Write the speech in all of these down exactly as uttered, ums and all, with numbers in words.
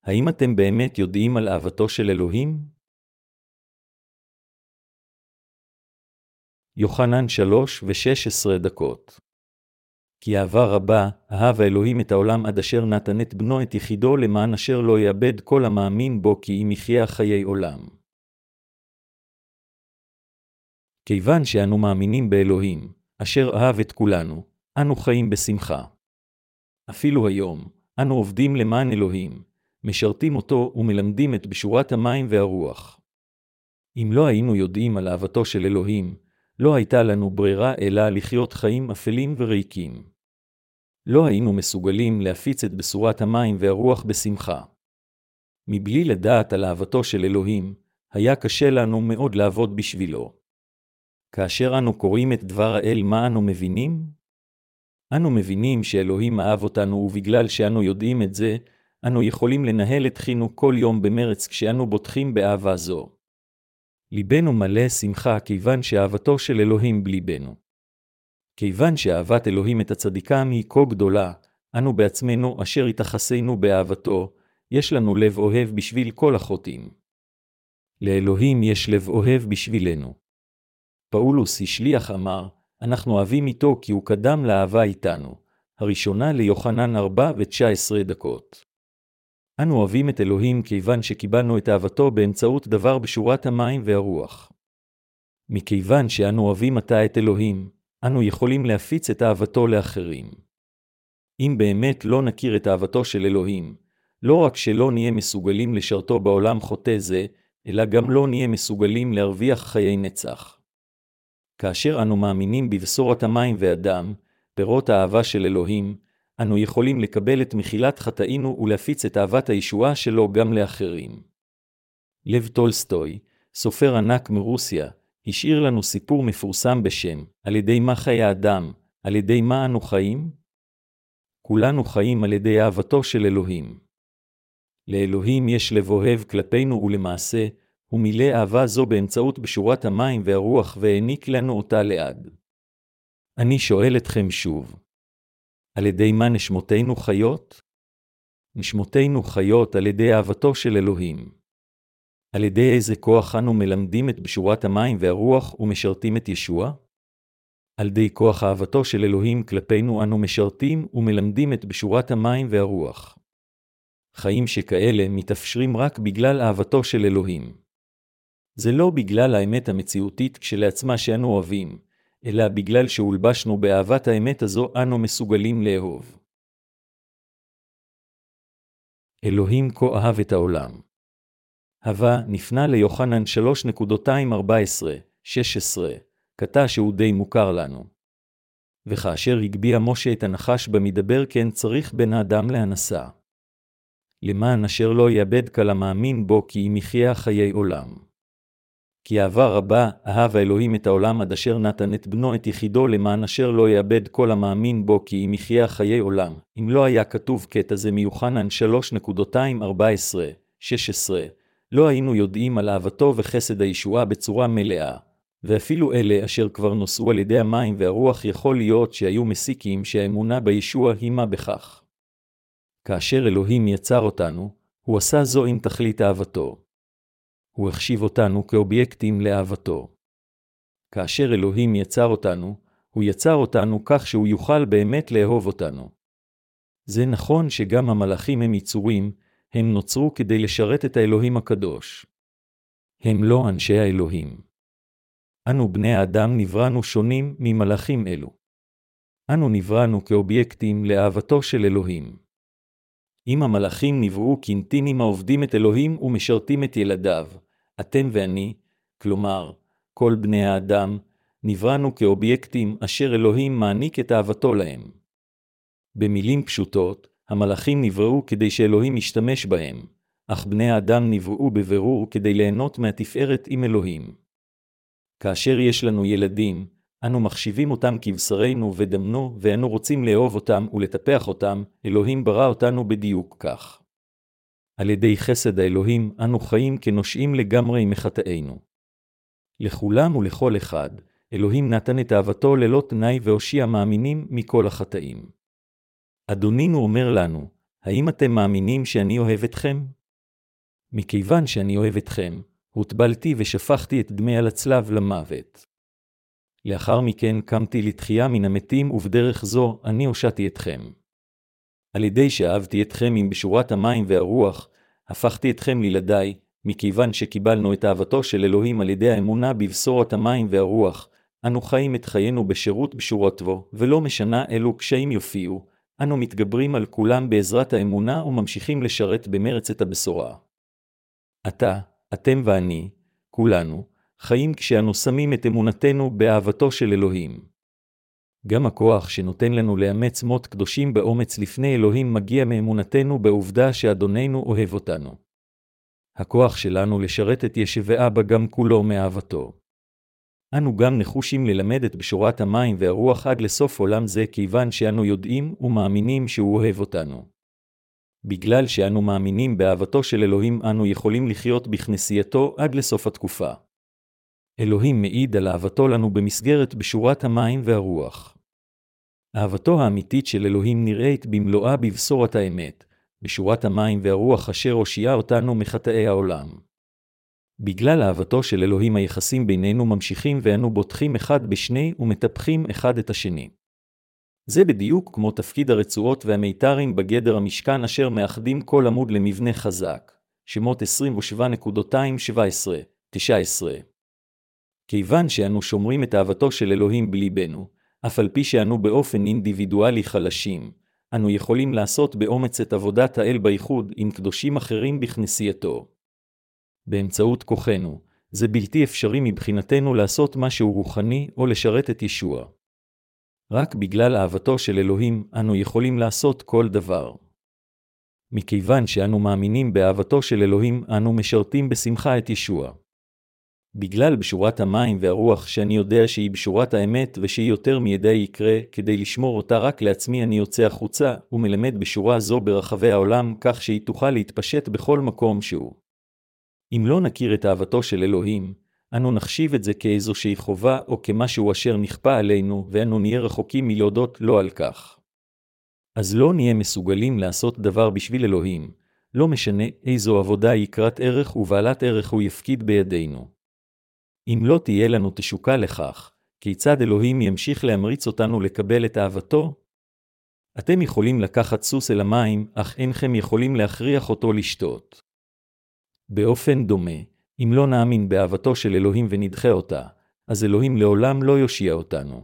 האם אתם באמת יודעים על אהבתו של אלוהים? יוחנן שלוש ושש עשרה דקות. כי אהבה רבה, אהב האלוהים את העולם עד אשר נתן את בנו את יחידו למען אשר לא יאבד כל המאמין בו כי אם יחיה חיי עולם. כיוון שאנו מאמינים באלוהים, אשר אהב את כולנו, אנו חיים בשמחה. אפילו היום, אנו עובדים למען אלוהים, משרתים אותו ומלמדים את בשורת המים והרוח. אם לא היינו יודעים על אהבתו של אלוהים, לא הייתה לנו ברירה אלא לחיות חיים אפלים וריקים. לא היינו מסוגלים להפיץ את בשורת המים והרוח בשמחה. מבלי לדעת על אהבתו של אלוהים, היה קשה לנו מאוד לעבוד בשבילו. כאשר אנו קוראים את דבר האל, מה אנו מבינים? אנו מבינים שאלוהים אהב אותנו, ובגלל שאנו יודעים את זה, אנו יכולים לנהל את חיינו כל יום במרץ כשאנו בוטחים באהבה זו. ליבנו מלא שמחה כיוון שאהבתו של אלוהים בליבנו. כיוון שאהבת אלוהים את הצדיקה היא כה גדולה, אנו בעצמנו אשר התייחסנו באהבתו, יש לנו לב אוהב בשביל כל החוטאים. לאלוהים יש לב אוהב בשבילנו. פאולוס השליח אמר, אנחנו אוהבים איתו כי הוא קדם לאהבה איתנו, הראשונה ליוחנן ארבע ותשע עשרה דקות. אנו אוהבים את אלוהים כיוון שקיבלנו את אהבתו באמצעות דבר בשורת המים והרוח. מכיוון שאנו אוהבים עתה את אלוהים, אנו יכולים להפיץ את אהבתו לאחרים. אם באמת לא נכיר את אהבתו של אלוהים, לא רק שלא נהיה מסוגלים לשרתו בעולם חוטא זה, אלא גם לא נהיה מסוגלים להרוויח חיי נצח. כאשר אנו מאמינים בבשורת המים והדם, פירות האהבה של אלוהים, אנו יכולים לקבל את מחילת חטאינו ולהפיץ את אהבת הישועה שלו גם לאחרים. לב טולסטוי, סופר ענק מרוסיה, השאיר לנו סיפור מפורסם בשם, על ידי מה חי האדם, על ידי מה אנו חיים? כולנו חיים על ידי אהבתו של אלוהים. לאלוהים יש לב אוהב כלפינו ולמעשה, הוא מילא אהבה זו באמצעות בשורת המים והרוח והעניק לנו אותה לעד. אני שואל אתכם שוב, על ידי מה נשמותינו חיות? נשמותינו חיות על ידי אהבתו של אלוהים. על ידי איזה כוח אנו מלמדים את בשורת המים והרוח ומשרתים את ישוע? על ידי כוח אהבתו של אלוהים כלפינו אנו משרתים ומלמדים את בשורת המים והרוח. חיים שכאלה מתאפשרים רק בגלל אהבתו של אלוהים. זה לא בגלל האמת המציאותית כשלעצמה שאנו אוהבים, אלא בגלל שהולבשנו באהבת האמת הזו אנו מסוגלים לאהוב. אלוהים כה אהב את העולם. הווה נפנה ליוחנן שלוש ארבע עשרה שש עשרה, קטע שהוא די מוכר לנו. וכאשר הגביע משה את הנחש במדבר כן צריך בן האדם להנסה. למען אשר לא יאבד כל המאמין בו כי אם יחיה חיי עולם. כי אהבה רבה אהב האלוהים את העולם עד אשר נתן את בנו את יחידו למען אשר לא יאבד כל המאמין בו כי אם יחיה חיי עולם. אם לא היה כתוב קטע זה מיוחנן שלוש ארבע עשרה שש עשרה, לא היינו יודעים על אהבתו וחסד הישועה בצורה מלאה, ואפילו אלה אשר כבר נוסעו על ידי המים והרוח יכול להיות שהיו מסיקים שהאמונה בישוע הימה בכך. כאשר אלוהים יצר אותנו, הוא עשה זו עם תכלית אהבתו. הוא החשיב אותנו כאובייקטים לאהבתו. כאשר אלוהים יצר אותנו, הוא יצר אותנו כך שהוא יוכל באמת לאהוב אותנו. זה נכון שגם המלאכים הם יצורים, הם נוצרו כדי לשרת את האלוהים הקדוש. הם לא אנשי האלוהים. אנו בני האדם נבראנו שונים ממלאכים אלו. אנו נבראנו כאובייקטים לאהבתו של אלוהים. אם המלאכים נבראו קינטינים העובדים את אלוהים ומשרתים את ילדיו, אתם ואני, כלומר, כל בני האדם, נבראנו כאובייקטים אשר אלוהים מעניק את אהבתו להם. במילים פשוטות, המלאכים נבראו כדי שאלוהים ישתמש בהם, אך בני האדם נבראו בבירור כדי ליהנות מהתפארת עם אלוהים. כאשר יש לנו ילדים, אנו מחשיבים אותם כבשרנו ודמנו, ואנו רוצים לאהוב אותם ולטפח אותם, אלוהים ברא אותנו בדיוק כך. על ידי חסד האלוהים, אנו חיים כנושעים לגמרי מחטאינו. לכולם ולכל אחד, אלוהים נתן את אהבתו ללא תנאי והושיע מאמינים מכל החטאים. אדונינו אומר לנו, האם אתם מאמינים שאני אוהב אתכם? מכיוון שאני אוהב אתכם, הוטבלתי ושפכתי את דמי על הצלב למוות. לאחר מכן קמתי לתחייה מן המתים, ובדרך זו אני הושעתי אתכם. על ידי שאהבתי אתכם עם בשורת המים והרוח, הפכתי אתכם לילדיי, מכיוון שקיבלנו את אהבתו של אלוהים על ידי האמונה בבשורת המים והרוח, אנו חיים את חיינו בשירות בשורתו, ולא משנה אילו קשיים יופיעו, אנו מתגברים על כולם בעזרת האמונה וממשיכים לשרת במרץ את הבשורה. אתה, אתם ואני, כולנו, חיים כשאנו שמים את אמונתנו באהבתו של אלוהים. גם הכוח שנותן לנו לאמץ מות קדושים באומץ לפני אלוהים מגיע מאמונתנו בעובדה שאדוננו אוהב אותנו. הכוח שלנו לשרת את ישוע אבא גם כולו מאהבתו. אנו גם נחושים ללמד את בשורת המים והרוח עד לסוף עולם זה, כיוון שאנו יודעים ומאמינים שהוא אוהב אותנו. בגלל שאנו מאמינים באהבתו של אלוהים, אנו יכולים לחיות בכנסייתו עד לסוף התקופה. אלוהים מעיד על אהבתו לנו במסגרת בשורת המים והרוח. אהבתו האמיתית של אלוהים נראית במלואה בבשורת האמת, בשורת המים והרוח אשר הושיעה אותנו מחטאי העולם. בגלל אהבתו של אלוהים היחסים בינינו ממשיכים, ואנו בוטחים אחד בשני ומטפחים אחד את השני. זה בדיוק כמו תפקיד הרצועות והמיתרים בגדר המשכן אשר מאחדים כל עמוד למבנה חזק. שמות עשרים ושבע שבע עשרה תשע עשרה. כיוון שאנו שומרים את אהבתו של אלוהים בליבנו, אף על פי שאנו באופן אינדיבידואלי חלשים, אנו יכולים לעשות באומץ את עבודת האל בייחוד עם קדושים אחרים בכנסייתו. באמצעות כוחנו, זה בלתי אפשרי מבחינתנו לעשות משהו רוחני או לשרת את ישוע. רק בגלל אהבתו של אלוהים אנו יכולים לעשות כל דבר. מכיוון שאנו מאמינים באהבתו של אלוהים, אנו משרתים בשמחה את ישוע. בגלל בשורת המים והרוח שאני יודע שהיא בשורת האמת ושהיא יותר מידי יקרה, כדי לשמור אותה רק לעצמי אני יוצא החוצה ומלמד בשורה זו ברחבי העולם, כך שהיא תוכל להתפשט בכל מקום שהוא. אם לא נכיר את אהבתו של אלוהים, אנו נחשיב את זה כאיזושהי חובה או כמשהו אשר נכפה עלינו, ואנו נהיה רחוקים מלהודות לו על כך. אז לא נהיה מסוגלים לעשות דבר בשביל אלוהים, לא משנה איזו עבודה יקרת ערך ובעלת ערך הוא יפקיד בידינו. אם לא תהיה לנו תשוקה לכך, כיצד אלוהים ימשיך להמריץ אותנו לקבל את אהבתו? אתם יכולים לקחת סוס אל המים, אך אינכם יכולים להכריח אותו לשתות. באופן דומה, אם לא נאמין באהבתו של אלוהים ונדחה אותה, אז אלוהים לעולם לא יושיע אותנו.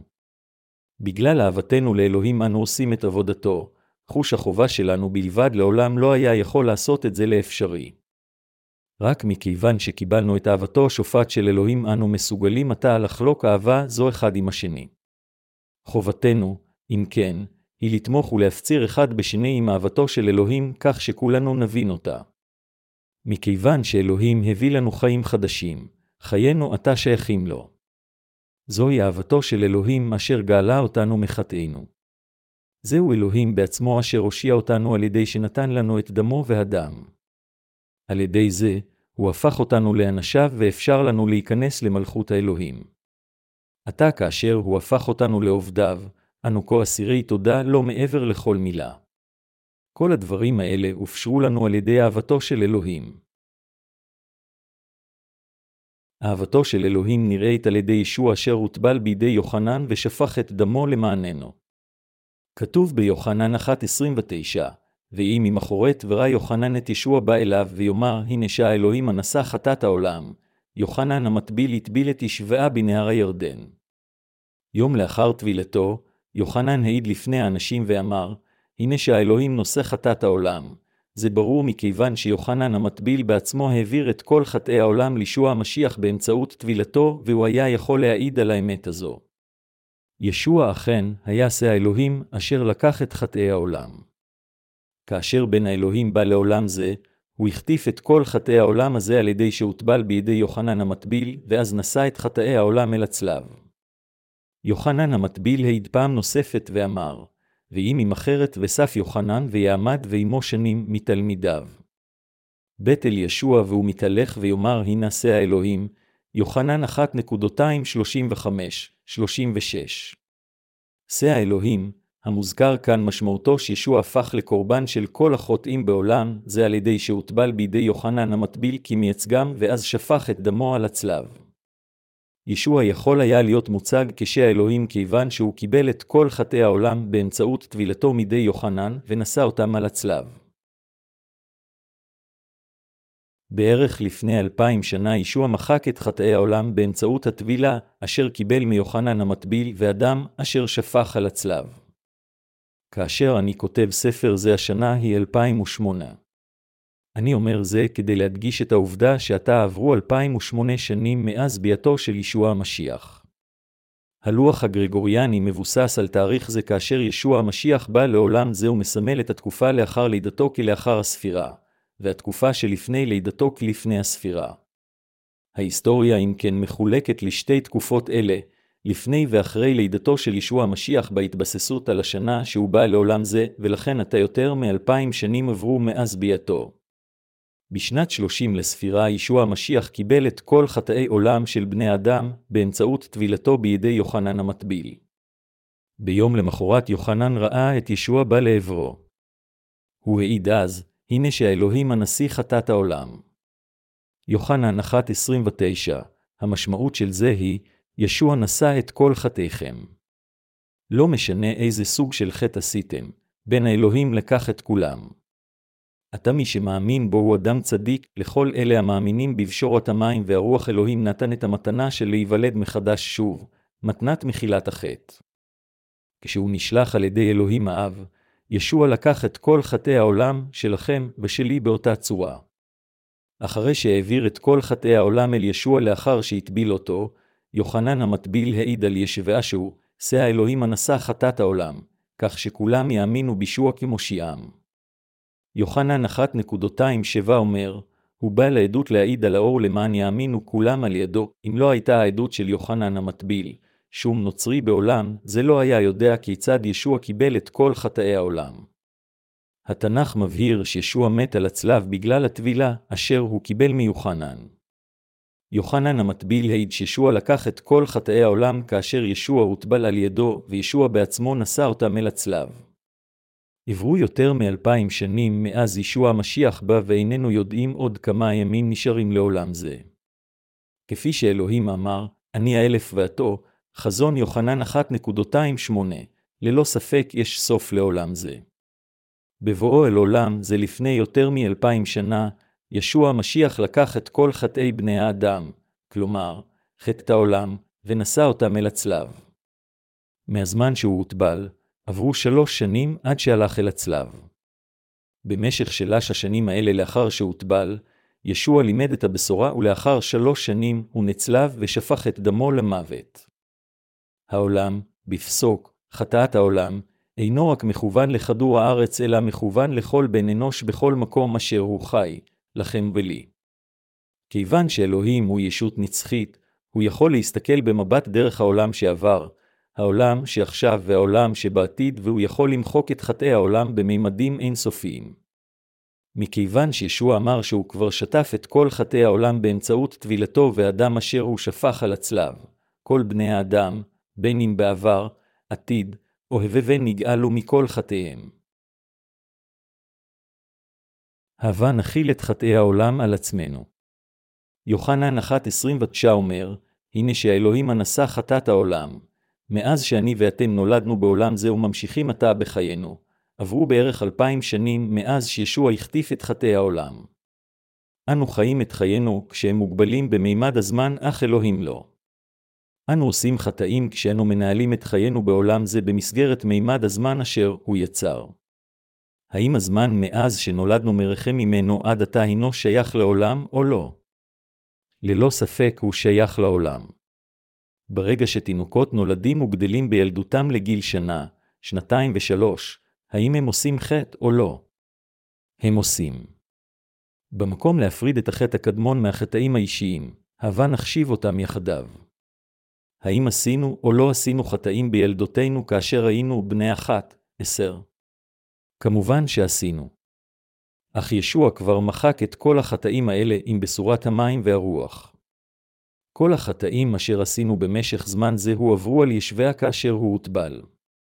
בגלל אהבתנו לאלוהים אנו עושים את עבודתו, חוש החובה שלנו בלבד לעולם לא היה יכול לעשות את זה לאפשרי. רק מכיוון שקיבלנו את אהבתו השופט של אלוהים אנו מסוגלים עתה לחלוק אהבה זו אחד עם השני. חובתנו, אם כן, היא לתמוך ולהפציר אחד בשני עם אהבתו של אלוהים כך שכולנו נבין אותה. מכיוון שאלוהים הביא לנו חיים חדשים, חיינו עתה שייכים לו. זוהי אהבתו של אלוהים אשר גאלה אותנו מחטאינו. זהו אלוהים בעצמו אשר הושיע אותנו על ידי שנתן לנו את דמו והדם. על ידי זה, הוא הפך אותנו לאנשיו ואפשר לנו להיכנס למלכות האלוהים. עתה כאשר הוא הפך אותנו לעובדיו, אנו כה אסירי תודה לא מעבר לכל מילה. כל הדברים האלה הופשרו לנו על ידי אהבתו של אלוהים. אהבתו של אלוהים נראית על ידי ישוע אשר הוטבל בידי יוחנן ושפך את דמו למעננו. כתוב ביוחנן אחת עשרים ותשע, ואם ממחרת וראה יוחנן את ישוע בא אליו ויאמר, הנה שהאלוהים הנשא חטאת העולם, יוחנן המטביל הטביל את ישוע בנהר הירדן. יום לאחר טבילתו, יוחנן העיד לפני האנשים ואמר, הנה שהאלוהים נושא חטאת העולם. זה ברור מכיוון שיוחנן המטביל בעצמו העביר את כל חטאי העולם לישוע המשיח באמצעות טבילתו, והוא היה יכול להעיד על האמת הזו. ישוע אכן היה שא האלוהים אשר לקח את חטאי העולם. כאשר בן האלוהים בא לעולם זה, הוא החטיף את כל חטאי העולם הזה על ידי שהוטבל בידי יוחנן המטביל, ואז נשא את חטאי העולם אל הצלב. יוחנן המטביל העיד פעם נוספת ואמר, ואם ממחרת וסף יוחנן ויעמד ועמו שנים מתלמידיו. בית אל ישוע והוא מתהלך ויאמר, הנה שא האלוהים, יוחנן אחת שלושים וחמש שלושים ושש. שא האלוהים, המוזכר כאן משמעותו שישוע הפך לקורבן של כל החוטאים בעולם, זה על ידי שהוטבל בידי יוחנן המטביל כמייצגם ואז שפך את דמו על הצלב. ישוע יכול היה להיות מוצג כשהאלוהים כיוון שהוא קיבל את כל חטאי העולם באמצעות טבילתו מידי יוחנן ונשא אותם על הצלב. בערך לפני אלפיים שנה ישוע מחק את חטאי העולם באמצעות הטבילה אשר קיבל מיוחנן המטביל והדם אשר שפך על הצלב. כאשר אני כותב ספר זה השנה היא אלפיים ושמונה. אני אומר זה כדי להדגיש את העובדה שעתה עברו אלפיים ושמונה שנים מאז ביאתו של ישוע המשיח. הלוח הגרגוריאני מבוסס על תאריך זה כאשר ישוע המשיח בא לעולם זה ומסמל את התקופה לאחר לידתו כלאחר הספירה, והתקופה שלפני לידתו כלפני הספירה. ההיסטוריה אם כן מחולקת לשתי תקופות אלה, לפני ואחרי לידתו של ישוע המשיח בהתבססות על השנה שהוא בא לעולם זה, ולכן עתה יותר מאלפיים שנים עברו מאז ביאתו. בשנת שלושים לספירה ישוע המשיח קיבל את כל חטאי עולם של בני אדם באמצעות טבילתו בידי יוחנן המטביל. ביום למחרת יוחנן ראה את ישוע בא לעברו. הוא העיד אז, הנה שהאלוהים הנשיא חטאת העולם. יוחנן אחת עשרים ותשע, המשמעות של זה היא, ישוע נשא את כל חטאיכם. לא משנה איזה סוג של חטא עשיתם, בין האלוהים לקח את כולם. אתה מי שמאמין בו הוא אדם צדיק, לכל אלה המאמינים בבשורת המים והרוח אלוהים נתן את המתנה של להיוולד מחדש שוב, מתנת מחילת החטא. כשהוא נשלח על ידי אלוהים האב, ישוע לקח את כל חטאי העולם שלכם ושלי באותה צורה. אחרי שהעביר את כל חטאי העולם אל ישוע לאחר שהטביל אותו, יוחנן המטביל העיד על ישוע שהוא, שא האלוהים הנשא חטאת העולם, כך שכולם יאמינו בישוע כמושיעם. יוחנן אחת שבע אומר, הוא בא לעדות להעיד על האור למען יאמינו כולם על ידו, אם לא הייתה העדות של יוחנן המטביל, שום נוצרי בעולם, זה לא היה יודע כיצד ישוע קיבל את כל חטאי העולם. התנ"ך מבהיר שישוע מת על הצלב בגלל הטבילה אשר הוא קיבל מיוחנן. יוחנן המטביל העיד שישוע לקח את כל חטאי העולם כאשר ישוע הוטבל על ידו, וישוע בעצמו נשא אותם אל הצלב. עברו יותר מאלפיים שנים מאז ישוע המשיח בא ואיננו יודעים עוד כמה ימים נשארים לעולם זה. כפי שאלוהים אמר, אני האלף ואתו, חזון יוחנן אחת שמונה, ללא ספק יש סוף לעולם זה. בבואו אל עולם זה לפני יותר מאלפיים שנה, ישוע המשיח לקח את כל חטאי בני האדם, כלומר, חטא העולם, ונשא אותם אל הצלב. מהזמן שהוא הוטבל, עברו שלוש שנים עד שהלך אל הצלב. במשך שלוש השנים האלה לאחר שהוטבל, ישוע לימד את הבשורה ולאחר שלוש שנים הוא נצלב ושפך את דמו למוות. העולם, בפסוק, חטאת העולם, אינו רק מכוון לכדור הארץ אלא מכוון לכל בן אנוש בכל מקום אשר הוא חי, לכם ולי. כיוון שאלוהים הוא ישות נצחית, הוא יכול להסתכל במבט דרך העולם שעבר, העולם שעכשיו והעולם שבעתיד, והוא יכול למחוק את חטאי העולם בממדים אינסופיים. מכיוון שישוע אמר שהוא כבר שטף את כל חטאי העולם באמצעות טבילתו והדם אשר הוא שפך על הצלב, כל בני האדם, בין אם בעבר, עתיד, או הווה נגאלו מכל חטאיהם. הווה נחיל את חטאי העולם על עצמנו. יוחנן אחת עשרים ותשע אומר, הנה שהאלוהים הנשא חטאת העולם. מאז שאני ואתם נולדנו בעולם זה וממשיכים עתה בחיינו, עברו בערך אלפיים שנים מאז שישוע הכתיף את חטאי העולם. אנו חיים את חיינו כשהם מוגבלים במימד הזמן אך אלוהים לא. אנו עושים חטאים כשאנו מנהלים את חיינו בעולם זה במסגרת מימד הזמן אשר הוא יצר. האם הזמן מאז שנולדנו מרחם ממנו עד עתה הינו שייך לעולם או לא? ללא ספק הוא שייך לעולם. ברגע שתינוקות נולדים וגדלים בילדותם לגיל שנה, שנתיים ושלוש, האם הם עושים חטא או לא? הם עושים. במקום להפריד את החטא הקדמון מהחטאים האישיים, הווה נחשיב אותם יחדיו. האם עשינו או לא עשינו חטאים בילדותינו כאשר היינו בני אחת, עשר? כמובן שעשינו. אך ישוע כבר מחק את כל החטאים האלה עם בשורת המים והרוח. כל החטאים אשר עשינו במשך זמן זה הועברו על ישוע כאשר הוא הוטבל.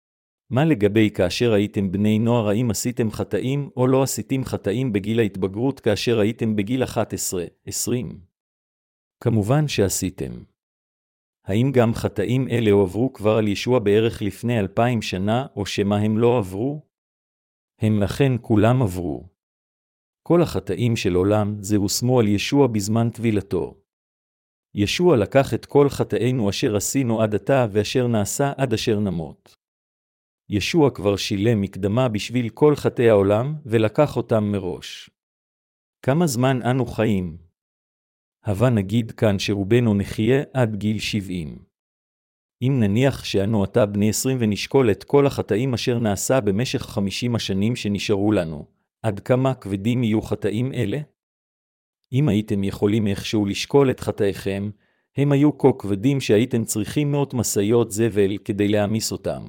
מה לגבי כאשר הייתם בני נוער, האם עשיתם חטאים או לא עשיתם חטאים בגיל ההתבגרות כאשר הייתם בגיל אחת עשרה עשרים? כמובן שעשיתם. האם גם חטאים אלה הועברו כבר על ישוע בערך לפני אלפיים שנה, או שמה הם לא עברו? הם לכן כולם עברו. כל החטאים של עולם זה הושמו על ישוע בזמן טבילתו. ישוע לקח את כל חטאינו אשר עשינו עד עתה ואשר נעשה עד אשר נמות. ישוע כבר שילם מקדמה בשביל כל חטאי העולם ולקח אותם מראש. כמה זמן אנו חיים? הווה נגיד כאן שרובנו נחיה עד גיל שבעים. אם נניח שאנו עתה בני עשרים ונשקול את כל החטאים אשר נעשה במשך חמישים השנים שנשארו לנו, עד כמה כבדים יהיו חטאים אלה? אם הייתם יכולים איכשהו לשקול את חטאיכם, הם היו כה כבדים שהייתם צריכים מאות משאיות זבל כדי להעמיס אותם.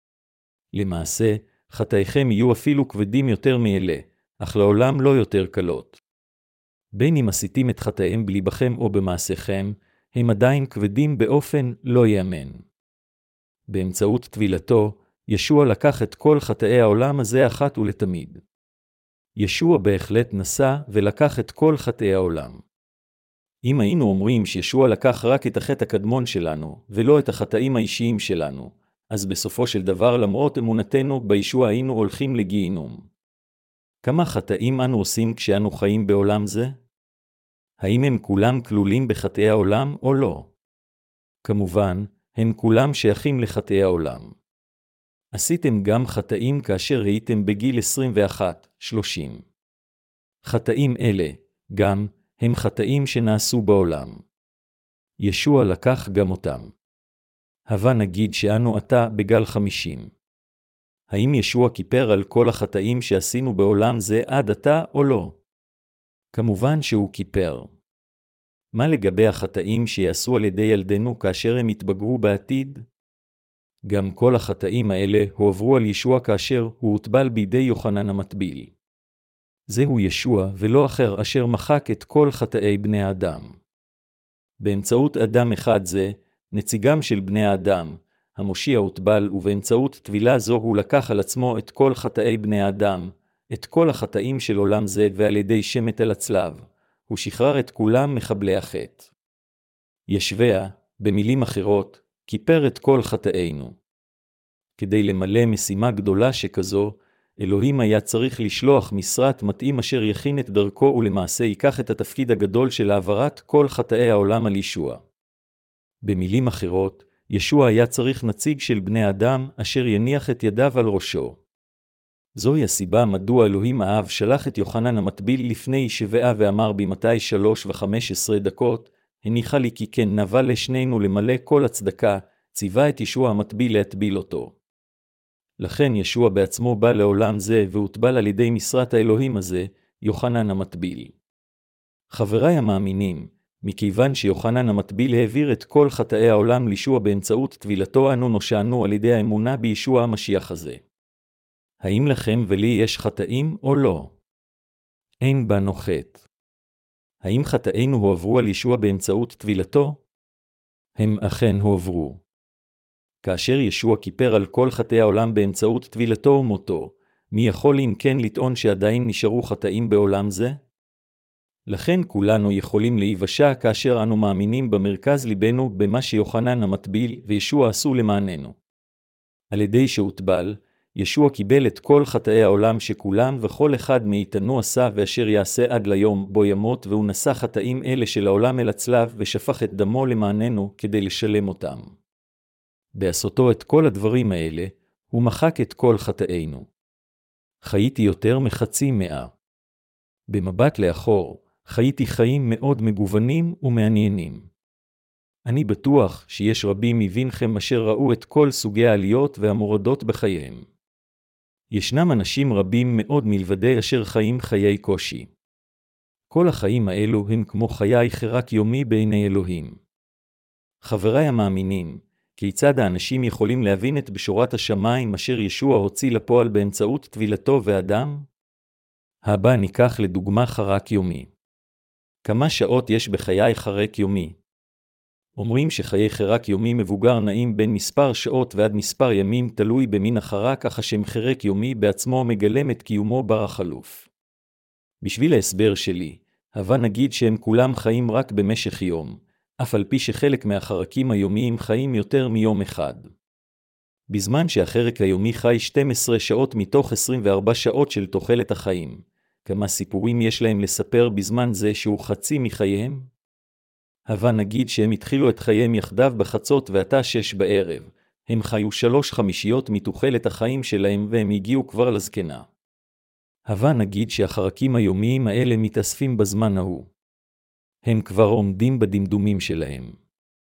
למעשה, חטאיכם יהיו אפילו כבדים יותר מאלה, אך לעולם לא יותר קלות. בין אם עשיתם את חטאיהם בליבכם או במעשיכם, הם עדיין כבדים באופן לא יאמן. באמצעות טבילתו, ישוע לקח את כל חטאי העולם הזה אחת ולתמיד. ישוע בהחלט נסע ולקח את כל חטאי העולם. אם היינו אומרים שישוע לקח רק את החטא הקדמון שלנו, ולא את החטאים האישיים שלנו, אז בסופו של דבר למרות אמונתנו בישוע היינו הולכים לגיהינום. כמה חטאים אנו עושים כשאנו חיים בעולם זה? האם הם כולם כלולים בחטאי העולם או לא? כמובן, הם כולם שייכים לחטאי העולם. עשיתם גם חטאים כאשר הייתם בגיל עשרים ואחת שלושים. חטאים אלה, גם, הם חטאים שנעשו בעולם. ישוע לקח גם אותם. הווה נגיד שאנו עתה בגל חמישים. האם ישוע כיפר על כל החטאים שעשינו בעולם זה עד עתה או לא? כמובן שהוא כיפר. מה לגבי החטאים שיעשו על ידי ילדינו כאשר הם יתבגרו בעתיד? גם כל החטאים האלה הועברו על ישוע כאשר הוא הוטבל בידי יוחנן המטביל. זהו ישוע ולא אחר אשר מחק את כל חטאי בני האדם. באמצעות אדם אחד זה, נציגם של בני האדם, המושיע הוטבל, ובאמצעות טבילה זו הוא לקח על עצמו את כל חטאי בני האדם, את כל החטאים של עולם זה, ועל ידי שמת על הצלב, הוא שחרר את כולם מחבלי החטא. ישוע, במילים אחרות, כיפר את כל חטאינו. כדי למלא משימה גדולה שכזו, אלוהים היה צריך לשלוח משרת מתאים אשר יכין את דרכו ולמעשה ייקח את התפקיד הגדול של העברת כל חטאי העולם על ישוע. במילים אחרות, ישוע היה צריך נציג של בני אדם אשר יניח את ידיו על ראשו. זוהי הסיבה מדוע אלוהים האב שלח את יוחנן המטביל לפני שבעה ואמר במתי שלוש וחמש עשרה דקות, הניחה לי כי כן נבע לשנינו למלא כל הצדקה, ציווה את ישוע המטביל להטביל אותו. לכן ישוע בעצמו בא לעולם זה והוטבל על ידי משרת האלוהים הזה, יוחנן המטביל. חבריי המאמינים, מכיוון שיוחנן המטביל העביר את כל חטאי העולם לישוע באמצעות טבילתו, אנו נושענו על ידי האמונה בישוע המשיח הזה. האם לכם ולי יש חטאים או לא? אין בנו חטא. האם חטאינו הועברו על ישוע באמצעות טבילתו? הם אכן הועברו. כאשר ישוע כיפר על כל חטאי העולם באמצעות טבילתו ומותו, מי יכול אם כן לטעון שעדיין נשארו חטאים בעולם זה? לכן כולנו יכולים להיוושע כאשר אנו מאמינים במרכז ליבנו במה שיוחנן המטביל וישוע עשו למעננו. על ידי שהוטבל, ישוע קיבל את כל חטאי העולם שכולם וכל אחד מאיתנו עשה ואשר יעשה עד ליום בו ימות, והוא נשא חטאים אלה של העולם אל הצלב ושפך את דמו למעננו כדי לשלם אותם. בעשותו את כל הדברים האלה, הוא מחק את כל חטאינו. חייתי יותר מחצי מאה. במבט לאחור, חייתי חיים מאוד מגוונים ומעניינים. אני בטוח שיש רבים מבינכם אשר ראו את כל סוגי העליות והמורדות בחייהם. ישנם אנשים רבים מאוד מלבדי אשר חיים חיי קושי. כל החיים האלו הם כמו חיי חרק יומי בעיני אלוהים. חבריי המאמינים, כיצד האנשים יכולים להבין את בשורת השמיים אשר ישוע הוציא לפועל באמצעות טבילתו ואדם? הבא ניקח לדוגמה חרק יומי. כמה שעות יש בחיי חרק יומי? אומרים שחיי חרק יומי מבוגר נעים בין מספר שעות ועד מספר ימים תלוי במין החרק, אך השם חרק יומי בעצמו מגלם את קיומו בר החלוף. בשביל ההסבר שלי, הווה נגיד שהם כולם חיים רק במשך יום, אף על פי שחלק מהחרקים היומיים חיים יותר מיום אחד. בזמן שהחרק היומי חי שתים עשרה שעות מתוך עשרים וארבע שעות של תוחלת החיים, כמה סיפורים יש להם לספר בזמן זה שהוא חצי מחייהם? הווה נגיד שהם התחילו את חייהם יחדיו בחצות ועתה שש בערב, הם חיו שלוש חמישיות מתוחלת החיים שלהם והם הגיעו כבר לזקנה. הווה נגיד שהחרקים היומיים האלה מתאספים בזמן ההוא. הם כבר עומדים בדמדומים שלהם.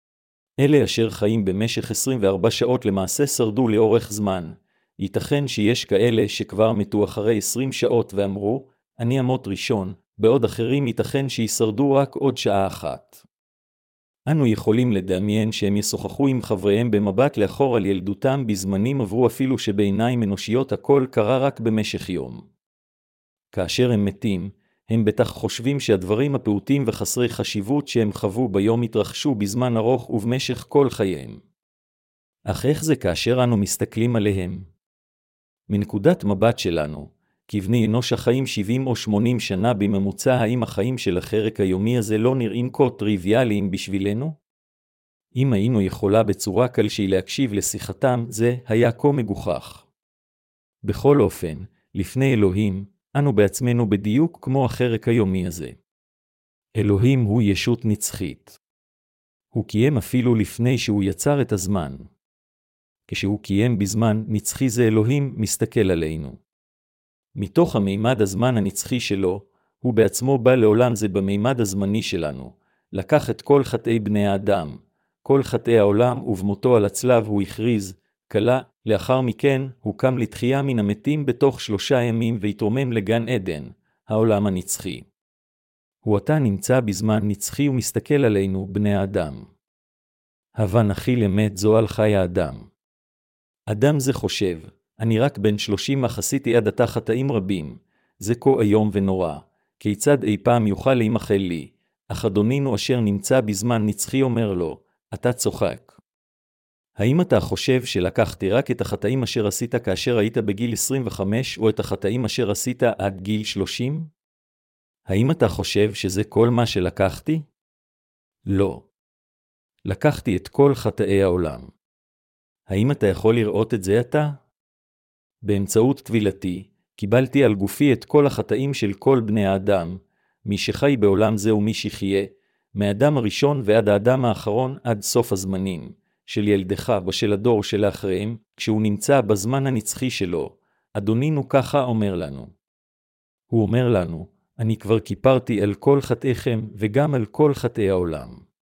אלה אשר חיים במשך עשרים וארבע שעות למעשה שרדו לאורך זמן. ייתכן שיש כאלה שכבר מתו אחרי עשרים שעות ואמרו, אני אמות ראשון, בעוד אחרים ייתכן שישרדו רק עוד שעה אחת. אנו יכולים לדמיין שהם ישוחחו עם חבריהם במבט לאחור על ילדותם בזמנים עברו, אפילו שבעיניים אנושיות הכל קרה רק במשך יום. כאשר הם מתים, הם בטח חושבים שהדברים הפעוטים וחסרי חשיבות שהם חוו ביום התרחשו בזמן ארוך ובמשך כל חייהם. אך איך זה כאשר אנו מסתכלים עליהם? מנקודת מבט שלנו, כבני אנוש החיים שבעים או שמונים שנה בממוצע, האם החיים של החרק היומי הזה לא נראים כה טריוויאליים בשבילנו? אם היינו יכולה בצורה כלשהי להקשיב לשיחתם, זה היה כה מגוחך. בכל אופן, לפני אלוהים, אנו בעצמנו בדיוק כמו החרק היומי הזה. אלוהים הוא ישות נצחית. הוא קיים אפילו לפני שהוא יצר את הזמן. כשהוא קיים בזמן נצחי זה, אלוהים מסתכל עלינו. מתוך המימד הזמן הנצחי שלו, הוא בעצמו בא לעולם זה במימד הזמני שלנו, לקח את כל חטאי בני האדם, כל חטאי העולם, ובמותו על הצלב הוא הכריז, קלה, לאחר מכן הוא קם לתחייה מן המתים בתוך שלושה ימים והתרומם לגן עדן, העולם הנצחי. הוא עתה נמצא בזמן נצחי ומסתכל עלינו, בני האדם. הווה נחיל אמת זו על חיי האדם. אדם זה חושב, אני רק בן שלושים אך עשיתי עד עתה חטאים רבים, זה כה איום ונורא, כיצד אי פעם יוכל להימחל לי, אך אדונינו אשר נמצא בזמן נצחי אומר לו, אתה צוחק. האם אתה חושב שלקחתי רק את החטאים אשר עשית כאשר היית בגיל עשרים וחמש או את החטאים אשר עשית עד גיל שלושים? האם אתה חושב שזה כל מה שלקחתי? לא. לקחתי את כל חטאי העולם. האם אתה יכול לראות את זה אתה? באמצעות טבילתי, קיבלתי על גופי את כל החטאים של כל בני האדם, מי שחי בעולם זה ומי שחיה, מאדם הראשון ועד האדם האחרון עד סוף הזמנים, של ילדך ושל הדור שלאחריהם, כשהוא נמצא בזמן הנצחי שלו. אדונינו ככה אומר לנו. הוא אומר לנו, אני כבר כיפרתי על כל חטאיכם וגם על כל חטאי העולם.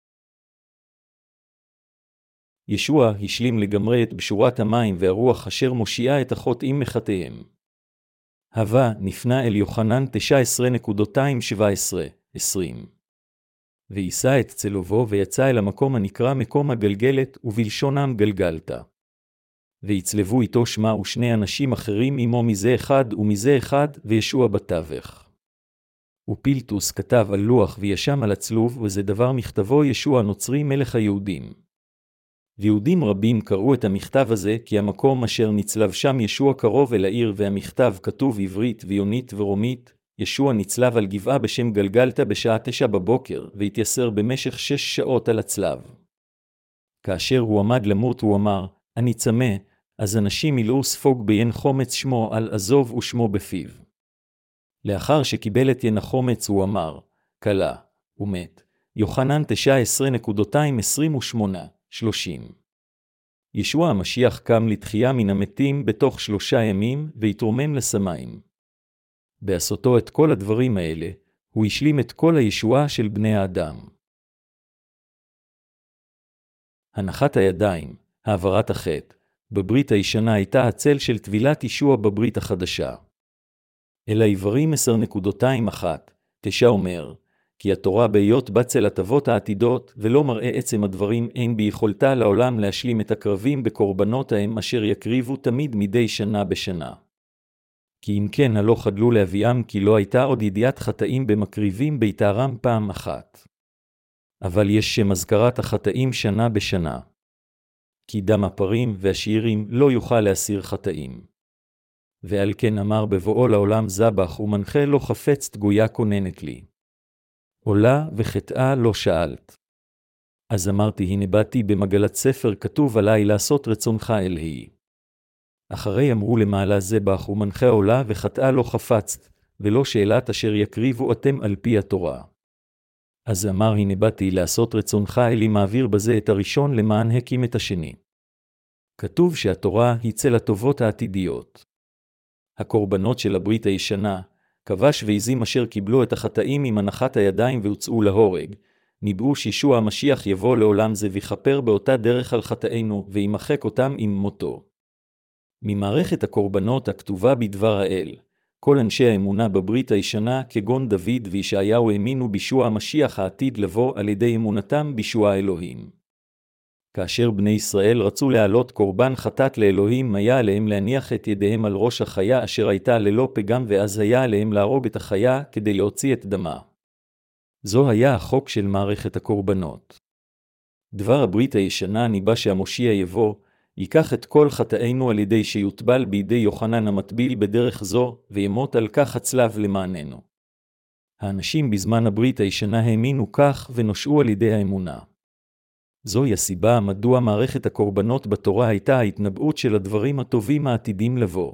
ישוע השלים לגמרי את בשורת המים והרוח אשר מושיעה את החוטאים מחטאיהם. הווה נפנה אל יוחנן תשע עשרה שבע עשרה עשרים. ויישא את צלובו ויצא אל המקום הנקרא מקום הגלגלת, ובלשונם גלגלת. ויצלבו איתו שמה ושני אנשים אחרים עמו מזה אחד ומזה אחד, וישוע בתווך. ופילטוס כתב על לוח וישם על הצלוב, וזה דבר מכתבו ישוע הנוצרי מלך היהודים. ויהודים רבים קראו את המכתב הזה, כי המקום אשר נצלב שם ישוע קרוב אל העיר, והמכתב כתוב עברית ויונית ורומית. ישוע נצלב על גבעה בשם גלגלתה בשעה תשע בבוקר, והתייסר במשך שש שעות על הצלב. כאשר הוא עמד למות הוא אמר, אני צמא, אז אנשים מילאו ספוג ביין חומץ שמו על עזוב ושמו בפיו. לאחר שקיבל את יין החומץ הוא אמר, קלה, הוא מת. יוחנן תשע עשרה עשרים ושמונה שלושים. ישוע המשיח קם לתחייה מן המתים בתוך שלושה ימים, והתרומם לשמיים. בעשותו את כל הדברים האלה, הוא השלים את כל הישועה של בני האדם. הנחת הידיים, העברת החטא, בברית הישנה הייתה הצל של טבילת ישוע בברית החדשה. אל העברים עשר אחת, תשע אומר, כי התורה בהיות בצל הטבות העתידות, ולא מראה עצם הדברים, אין ביכולתה לעולם להשלים את הקרבים בקורבנות ההם אשר יקריבו תמיד מדי שנה בשנה. כי אם כן הלא חדלו להביאם, כי לא הייתה עוד ידיעת חטאים במקריבים ביתרם פעם אחת. אבל יש שם אזכרת החטאים שנה בשנה. כי דם הפרים והשעירים לא יוכל להסיר חטאים. ועל כן אמר בבואו לעולם זבח ומנחה לא חפץ תגויה כוננת לי. עולה וחטאה לא שאלת. אז אמרתי הנה באתי במגלת ספר כתוב עליי לעשות רצונך אלוהי. אחרי אמרו למעלה זבח ומנחה עולה וחטאה לא חפצת, ולא שאלת אשר יקריבו אתם על פי התורה. אז אמר הנה באתי לעשות רצונך אלי מעביר בזה את הראשון למען הקים את השני. כתוב שהתורה היא צל הטובות העתידיות. הקורבנות של הברית הישנה, כבש ועזים אשר קיבלו את החטאים עם הנחת הידיים והוצאו להורג, ניבאו שישוע המשיח יבוא לעולם זה ויכפר באותה דרך על חטאינו וימחק אותם עם מותו. ממערכת הקורבנות הכתובה בדבר האל, כל אנשי האמונה בברית הישנה כגון דוד וישעיהו האמינו בישוע המשיח העתיד לבוא על ידי אמונתם בישוע האלוהים. כאשר בני ישראל רצו להעלות קורבן חטאת לאלוהים, היה עליהם להניח את ידיהם על ראש החיה אשר הייתה ללא פגם, ואז היה עליהם להרוג את החיה כדי להוציא את דמה. זו היה החוק של מערכת הקורבנות. דבר הברית הישנה ניבא שהמושיע יבוא, ייקח את כל חטאינו על ידי שיוטבל בידי יוחנן המטביל בדרך זו, וימות על כך הצלב למעננו. האנשים בזמן הברית הישנה האמינו כך ונושעו על ידי האמונה. זוהי הסיבה מדוע מערכת הקורבנות בתורה הייתה ההתנבאות של הדברים הטובים העתידים לבוא.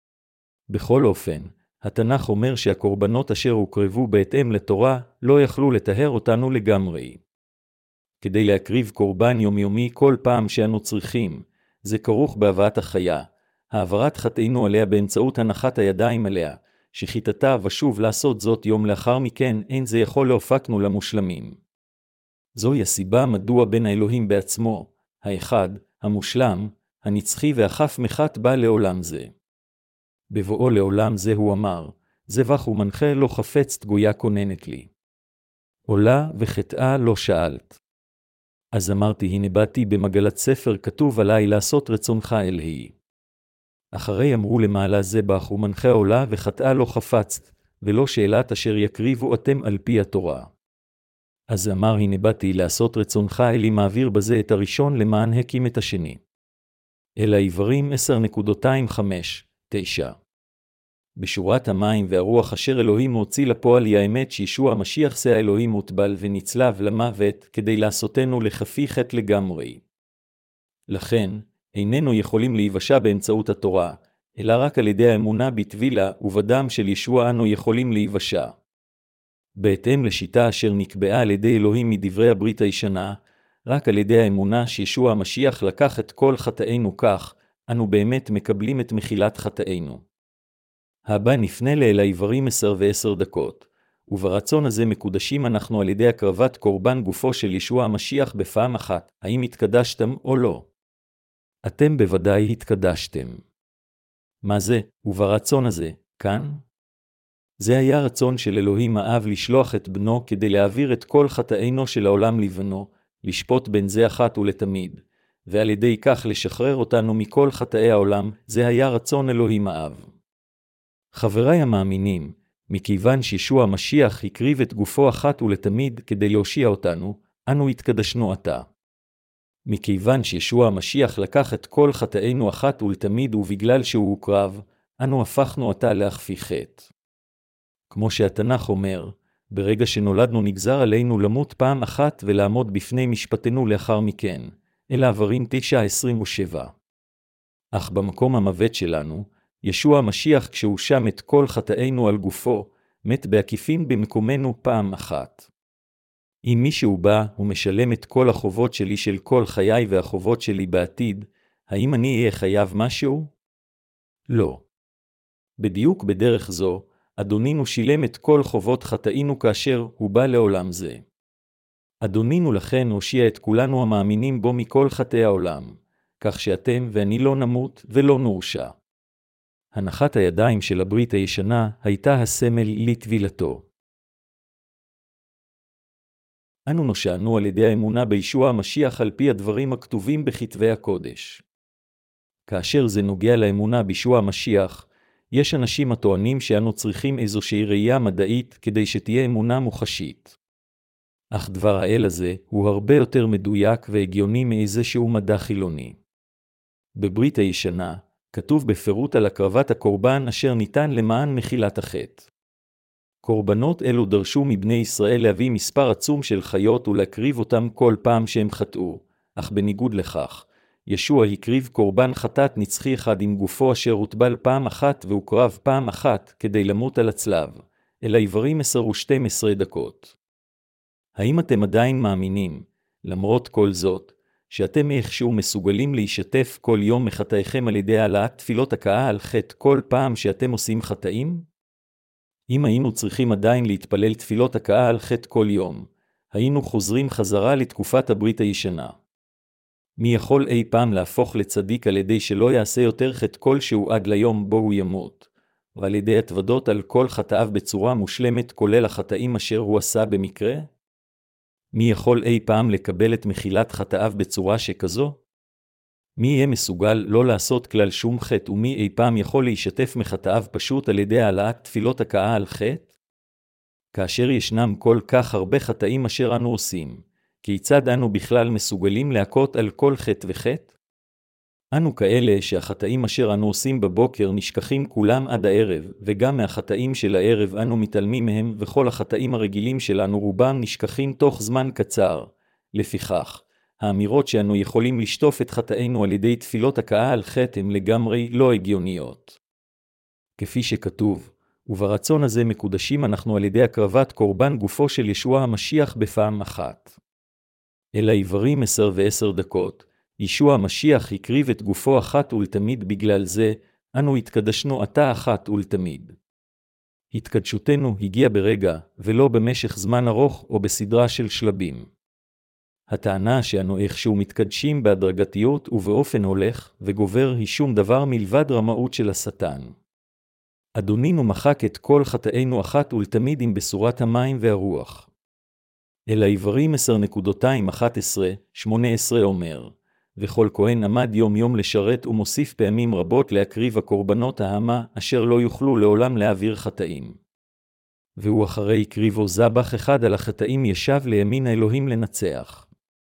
בכל אופן, התנ"ך אומר שהקורבנות אשר הוקרבו בהתאם לתורה לא יכלו לטהר אותנו לגמרי. כדי להקריב קורבן יומיומי כל פעם שאנו צריכים, זה כרוך בהבאת החיה, העברת חטאינו עליה באמצעות הנחת הידיים עליה, שחיטתה ושוב לעשות זאת יום לאחר מכן, אין זה יכול להופקנו למושלמים. זוהי הסיבה מדוע בין האלוהים בעצמו, האחד, המושלם, הנצחי והחף מחת בא לעולם זה. בבואו לעולם זה הוא אמר, זבח ומנחה לא חפץ תגויה כוננת לי. עולה וחטאה לא שאלת. אז אמרתי הנה באתי במגלת ספר כתוב עליי לעשות רצונך אלוהי. אחרי אמרו למעלה זבח ומנחה עולה וחטאה לא חפצת, ולא שאלת אשר יקריבו אתם על פי התורה. אז אמר הנה באתי לעשות רצונך אלי מעביר בזה את הראשון למען הקים את השני. אל העברים עשר חמש תשע. בשורת המים והרוח אשר אלוהים הוציא לפועל היא האמת שישוע המשיח זה האלוהים מוטבל ונצלב למוות כדי לעשותנו לחפי חטא לגמרי. לכן, איננו יכולים להיוושע באמצעות התורה, אלא רק על ידי האמונה בטבילה ובדם של ישוע אנו יכולים להיוושע. בהתאם לשיטה אשר נקבעה על ידי אלוהים מדברי הברית הישנה, רק על ידי האמונה שישוע המשיח לקח את כל חטאינו כך, אנו באמת מקבלים את מחילת חטאינו. הבא נפנה לאל העברים עשר ועשר דקות, וברצון הזה מקודשים אנחנו על ידי הקרבת קורבן גופו של ישוע המשיח בפעם אחת, האם התקדשתם או לא? אתם בוודאי התקדשתם. מה זה, וברצון הזה, כאן? זה היה רצון של אלוהים האב לשלוח את בנו כדי להעביר את כל חטאינו של העולם לבנו, לשפוט בין זה אחת ולתמיד, ועל ידי כך לשחרר אותנו מכל חטאי העולם, זה היה רצון אלוהים האב. חבריי המאמינים, מכיוון שישוע המשיח הקריב את גופו אחת ולתמיד כדי להושיע אותנו, אנו התקדשנו עתה. מכיוון שישוע המשיח לקח את כל חטאינו אחת ולתמיד ובגלל שהוא הוקרב, אנו הפכנו עתה להחפיא חטא. כמו שהתנ"ך אומר, ברגע שנולדנו נגזר עלינו למות פעם אחת ולעמוד בפני משפטנו לאחר מכן, אל העברים תשע עשרים ושבע. אך במקום המוות שלנו, ישוע המשיח כשהוא שם את כל חטאינו על גופו, מת בעקיפין במקומנו פעם אחת. אם מישהו בא ומשלם את כל החובות שלי של כל חיי והחובות שלי בעתיד, האם אני אהיה חייב משהו? לא. בדיוק בדרך זו, אדונינו שילם את כל חובות חטאינו כאשר הוא בא לעולם זה. אדונינו לכן הושיע את כולנו המאמינים בו מכל חטאי העולם, כך שאתם ואני לא נמות ולא נורשע. הנחת הידיים של הברית הישנה הייתה הסמל לטבילתו. אנו נושענו על ידי האמונה בישוע המשיח על פי הדברים הכתובים בכתבי הקודש. כאשר זה נוגע לאמונה בישוע המשיח, יש אנשים הטוענים שאנו צריכים איזושהי ראייה מדעית כדי שתהיה אמונה מוחשית. אך דבר האל הזה הוא הרבה יותר מדויק והגיוני מאיזשהו מדע חילוני. בברית הישנה, כתוב בפירוט על הקרבת הקורבן אשר ניתן למען מחילת החטא. קורבנות אלו דרשו מבני ישראל להביא מספר עצום של חיות ולהקריב אותם כל פעם שהם חטאו, אך בניגוד לכך, ישוע הקריב קורבן חטאת נצחי אחד עם גופו אשר הוטבל פעם אחת והוקרב פעם אחת כדי למות על הצלב, אל העברים עשר ושתים עשרה דקות. האם אתם עדיין מאמינים, למרות כל זאת, שאתם איכשהו מסוגלים להישתף כל יום מחטאיכם על ידי העלאת תפילות הקאה על חטא כל פעם שאתם עושים חטאים? אם היינו צריכים עדיין להתפלל תפילות הקאה על חטא כל יום, היינו חוזרים חזרה לתקופת הברית הישנה. מי יכול אי פעם להפוך לצדיק על ידי שלא יעשה יותר חטא כלשהו עד ליום בו הוא ימות, ועל ידי התוודות על כל חטאיו בצורה מושלמת כולל החטאים אשר הוא עשה במקרה? מי יכול אי פעם לקבל את מחילת חטאיו בצורה שכזו? מי יהיה מסוגל לא לעשות כלל שום חטא ומי אי פעם יכול להישתף מחטאיו פשוט על ידי העלאת תפילות הקאה על חטא? כאשר ישנם כל כך הרבה חטאים אשר אנו עושים, כיצד אנו בכלל מסוגלים להכות על כל חטא וחטא? אנו כאלה שהחטאים אשר אנו עושים בבוקר נשכחים כולם עד הערב, וגם מהחטאים של הערב אנו מתעלמים מהם, וכל החטאים הרגילים שלנו רובם נשכחים תוך זמן קצר. לפיכך, האמירות שאנו יכולים לשטוף את חטאינו על ידי תפילות הקאה על חטא הם לגמרי לא הגיוניות. כפי שכתוב, וברצון הזה מקודשים אנחנו על ידי הקרבת קורבן גופו של ישוע המשיח בפעם אחת. אל העברים עשר ועשר דקות, ישוע המשיח הקריב את גופו אחת ולתמיד, בגלל זה, אנו התקדשנו עתה אחת ולתמיד. התקדשותנו הגיעה ברגע, ולא במשך זמן ארוך או בסדרה של שלבים. הטענה שאנו איכשהו מתקדשים בהדרגתיות ובאופן הולך וגובר היא שום דבר מלבד רמאות של השטן. אדונינו מחק את כל חטאינו אחת ולתמיד עם בשורת המים והרוח. אל העברים עשר אחת עשרה שמונה עשרה אומר, וכל כהן עמד יום יום לשרת ומוסיף פעמים רבות להקריב הקורבנות ההמה אשר לא יוכלו לעולם להעביר חטאים. והוא אחרי הקריבו זבח אחד על החטאים ישב לימין האלוהים לנצח.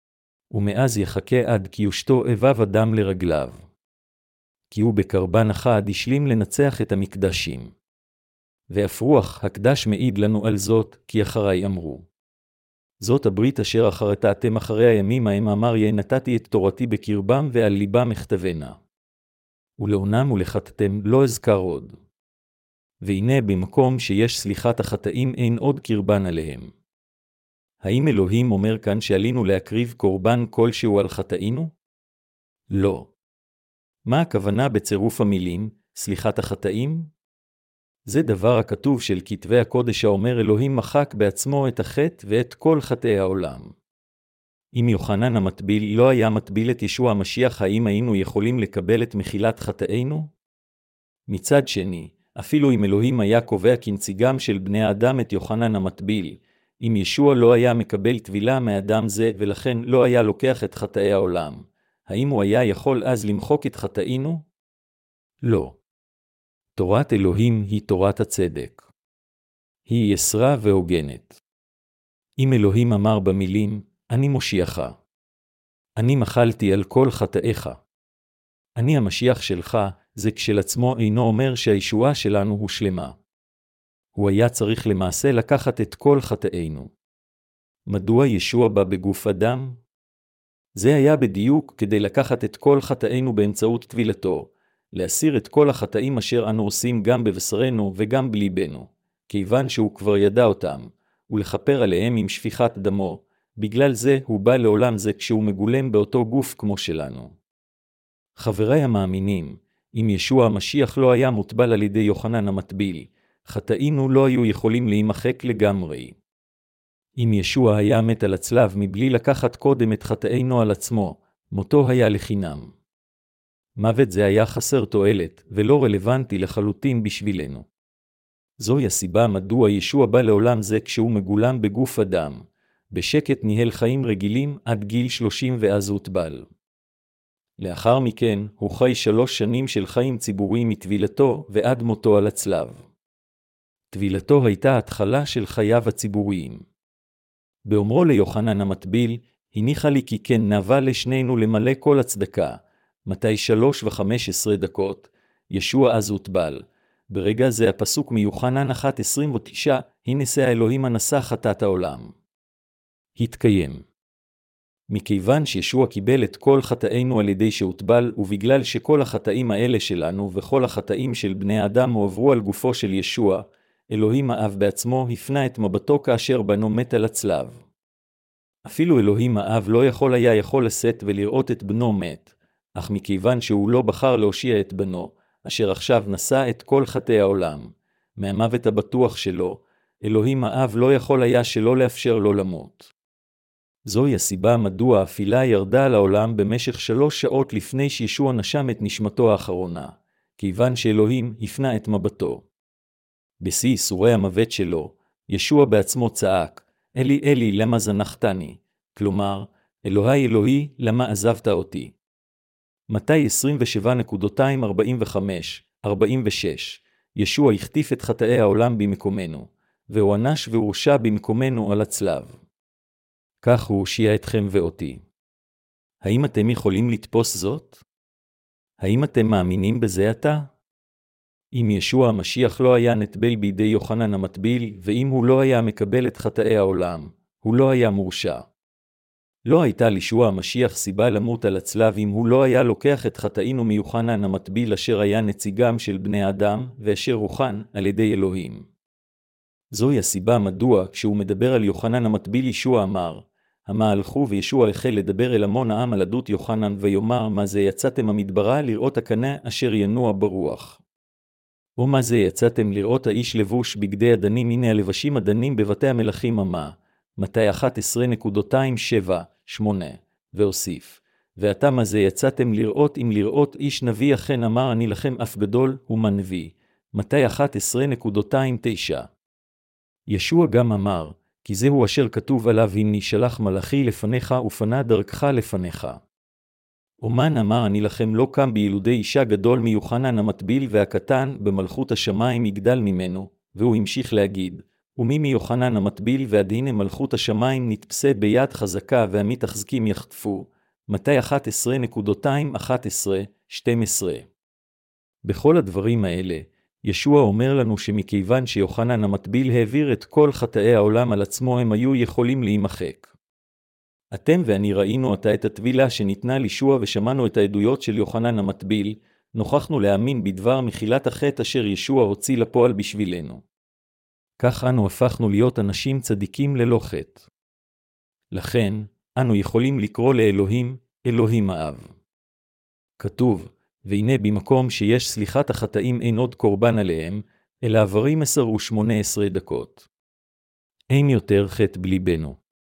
ומאז יחכה עד כי יושתו איביו אדם לרגליו. כי הוא בקרבן אחד השלים לנצח את המקדשים. ואף רוח הקדש מעיד לנו על זאת, כי אחריי אמרו. זאת הברית אשר אחרתה אתם אחרי הימים ההם אמר יהיה נתתי את תורתי בקרבם ועל ליבם אכתבנה. ולעונם ולחטאתם לא אזכר עוד. והנה במקום שיש סליחת החטאים אין עוד קרבן עליהם. האם אלוהים אומר כאן שעלינו להקריב קורבן כלשהו על חטאינו? לא. מה הכוונה בצירוף המילים, סליחת החטאים? זה דבר הכתוב של כתבי הקודש האומר אלוהים מחק בעצמו את החטא ואת כל חטאי העולם. אם יוחנן המטביל לא היה מטביל את ישוע המשיח, האם היינו יכולים לקבל את מחילת חטאינו? מצד שני, אפילו אם אלוהים היה קובע כנציגם של בני האדם את יוחנן המטביל, אם ישוע לא היה מקבל טבילה מאדם זה ולכן לא היה לוקח את חטאי העולם, האם הוא היה יכול אז למחוק את חטאינו? לא. תורת אלוהים היא תורת הצדק. היא ישרה והוגנת. אם אלוהים אמר במילים, אני מושיעך. אני מחלתי על כל חטאיך. אני המשיח שלך, זה כשלעצמו אינו אומר שהישועה שלנו הוא שלמה. הוא היה צריך למעשה לקחת את כל חטאינו. מדוע ישוע בא בגוף אדם? זה היה בדיוק כדי לקחת את כל חטאינו באמצעות טבילתו, להסיר את כל החטאים אשר אנו עושים גם בבשרנו וגם בליבנו, כיוון שהוא כבר ידע אותם, ולכפר עליהם עם שפיכת דמו, בגלל זה הוא בא לעולם זה כשהוא מגולם באותו גוף כמו שלנו. חבריי המאמינים, אם ישוע המשיח לא היה מוטבל על ידי יוחנן המטביל, חטאינו לא היו יכולים להימחק לגמרי. אם ישוע היה מת על הצלב מבלי לקחת קודם את חטאינו על עצמו, מותו היה לחינם. מוות זה היה חסר תועלת ולא רלוונטי לחלוטין בשבילנו. זוהי הסיבה מדוע ישוע בא לעולם זה כשהוא מגולם בגוף אדם, בשקט ניהל חיים רגילים עד גיל שלושים ואז הוטבל. לאחר מכן הוא חי שלוש שנים של חיים ציבוריים מטבילתו ועד מותו על הצלב. טבילתו הייתה התחלה של חייו הציבוריים. באומרו ליוחנן המטביל, הניחה לי כי כן נאווה לשנינו למלא כל הצדקה. מתי שלוש וחמש עשרה דקות, ישוע אז הוטבל. ברגע זה הפסוק מיוחנן אחת עשרים ותשע, הנה שא האלוהים הנשא חטאת העולם. התקיים. מכיוון שישוע קיבל את כל חטאינו על ידי שהוטבל, ובגלל שכל החטאים האלה שלנו וכל החטאים של בני האדם הועברו על גופו של ישוע, אלוהים האב בעצמו הפנה את מבטו כאשר בנו מת על הצלב. אפילו אלוהים האב לא יכול היה יכול לשאת ולראות את בנו מת, אך מכיוון שהוא לא בחר להושיע את בנו, אשר עכשיו נשא את כל חטאי העולם, מהמוות הבטוח שלו, אלוהים האב לא יכול היה שלא לאפשר לו למות. זוהי הסיבה מדוע האפילה ירדה על העולם במשך שלוש שעות לפני שישוע נשם את נשמתו האחרונה, כיוון שאלוהים הפנה את מבטו. בשיא ייסורי המוות שלו, ישוע בעצמו צעק, אלי אלי למה זנחתני, כלומר, אלוהי אלוהי למה עזבת אותי. מתי עשרים ושבע ארבעים וחמש ארבעים ושש, ישוע הכתיף את חטאי העולם במקומנו, והוענש והורשע במקומנו על הצלב. כך הוא הושיע אתכם ואותי. האם אתם יכולים לתפוס זאת? האם אתם מאמינים בזה עתה? אם ישוע המשיח לא היה נטבל בידי יוחנן המטביל, ואם הוא לא היה מקבל את חטאי העולם, הוא לא היה מורשע. לא הייתה לישוע המשיח סיבה למות על הצלב אם הוא לא היה לוקח את חטאינו מיוחנן המטביל אשר היה נציגם של בני אדם, ואשר הוכן על ידי אלוהים. זוהי הסיבה מדוע, כשהוא מדבר על יוחנן המטביל ישוע אמר, המה הלכו וישוע החל לדבר אל המון העם על עדות יוחנן ויאמר מה זה יצאתם המדברה לראות הקנה אשר ינוע ברוח. או מה זה יצאתם לראות האיש לבוש בגדי הדנים, הנה הלבשים הדנים בבתי המלכים אמה, מתי אחת עשרה שבע שמונה, והוסיף, ועתה מה זה יצאתם לראות אם לראות איש נביא אכן אמר אני לכם אף גדול ומה נביא, מתי אחת עשרה תשע. ישוע גם אמר, כי זהו אשר כתוב עליו הנה שלח מלאכי לפניך ופנה דרכך לפניך. אומן אמר אני לכם לא קם בילודי אישה גדול מיוחנן המטביל והקטן במלכות השמיים יגדל ממנו, והוא המשיך להגיד, ומי מיוחנן המטביל ועד הנה מלכות השמיים נתפסה ביד חזקה והמתחזקים יחטפו, מתי אחת עשרה אחת עשרה שתים עשרה. בכל הדברים האלה, ישוע אומר לנו שמכיוון שיוחנן המטביל העביר את כל חטאי העולם על עצמו הם היו יכולים להימחק. אתם ואני ראינו עתה את הטבילה שניתנה לישוע ושמענו את העדויות של יוחנן המטביל, נוכחנו להאמין בדבר מחילת החטא אשר ישוע הוציא לפועל בשבילנו. כך אנו הפכנו להיות אנשים צדיקים ללא חטא. לכן, אנו יכולים לקרוא לאלוהים, אלוהים האב. כתוב, והנה במקום שיש סליחת החטאים אין עוד קורבן עליהם, אלא עברים עשר ושמונה עשרה דקות. אין יותר חטא בליבנו.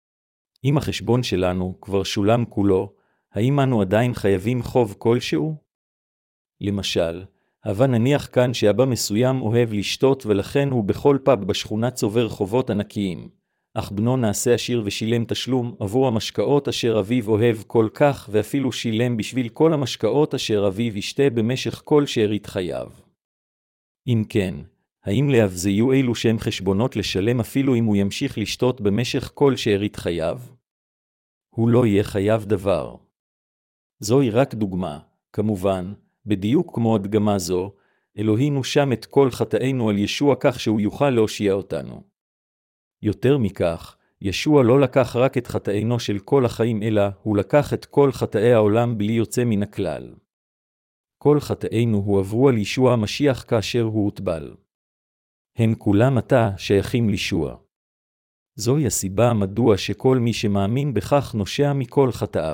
אם החשבון שלנו כבר שולם כולו, האם אנו עדיין חייבים חוב כלשהו? למשל, הווה נניח כאן שאבא מסוים אוהב לשתות ולכן הוא בכל פאב בשכונה צובר חובות ענקיים, אך בנו נעשה עשיר ושילם תשלום עבור המשקאות אשר אביו אוהב כל כך ואפילו שילם בשביל כל המשקאות אשר אביו ישתה במשך כל שארית חייו. אם כן, האם לאב זה יהיו אילו שהם חשבונות לשלם אפילו אם הוא ימשיך לשתות במשך כל שארית חייו? הוא לא יהיה חייב דבר. זוהי רק דוגמה, כמובן, בדיוק כמו הדגמה זו, אלוהים הושם את כל חטאינו על ישוע כך שהוא יוכל להושיע אותנו. יותר מכך, ישוע לא לקח רק את חטאינו של כל החיים אלא הוא לקח את כל חטאי העולם בלי יוצא מן הכלל. כל חטאינו הועברו על ישוע המשיח כאשר הוא הוטבל. הם כולם עתה שייכים לישוע. זוהי הסיבה מדוע שכל מי שמאמין בכך נושע מכל חטאיו.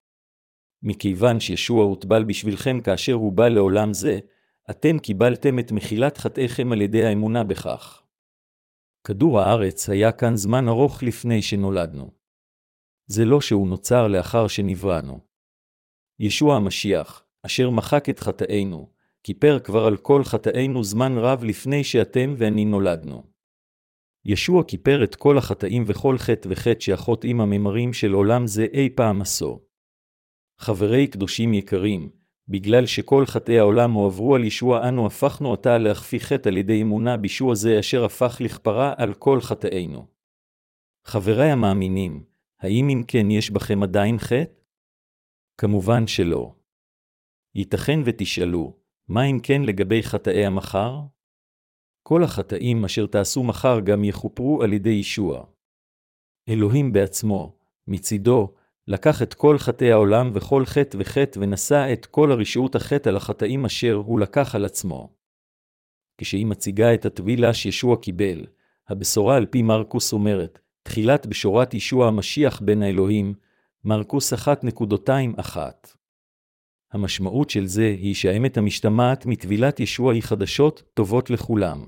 מכיוון שישוע הוטבל בשבילכם כאשר הוא בא לעולם זה, אתם קיבלתם את מחילת חטאיכם על ידי האמונה בכך. כדור הארץ היה כאן זמן ארוך לפני שנולדנו. זה לא שהוא נוצר לאחר שנבראנו. ישוע המשיח, אשר מחק את חטאינו, כיפר כבר על כל חטאינו זמן רב לפני שאתם ואני נולדנו. ישוע כיפר את כל החטאים וכל חטא וחטא שהחוטאים הממרים של עולם זה אי פעם עשו. חברי קדושים יקרים, בגלל שכל חטאי העולם הועברו על ישוע אנו הפכנו אותה להכפי חטא על ידי אמונה בישוע זה אשר הפך לכפרה על כל חטאינו. חבריי המאמינים, האם אם כן יש בכם עדיין חטא? כמובן שלא. ייתכן ותשאלו, מה אם כן לגבי חטאי המחר? כל החטאים אשר תעשו מחר גם יכופרו על ידי ישוע. אלוהים בעצמו, מצידו, לקח את כל חטאי העולם וכל חטא וחטא ונשא את כל הרשעות החטא על החטאים אשר הוא לקח על עצמו. כשהיא מציגה את הטבילה שישוע קיבל, הבשורה על פי מרקוס אומרת, תחילת בשורת ישוע המשיח בן האלוהים, מרקוס אחת אחת. המשמעות של זה היא שהאמת המשתמעת מטבילת ישוע היא חדשות טובות לכולם.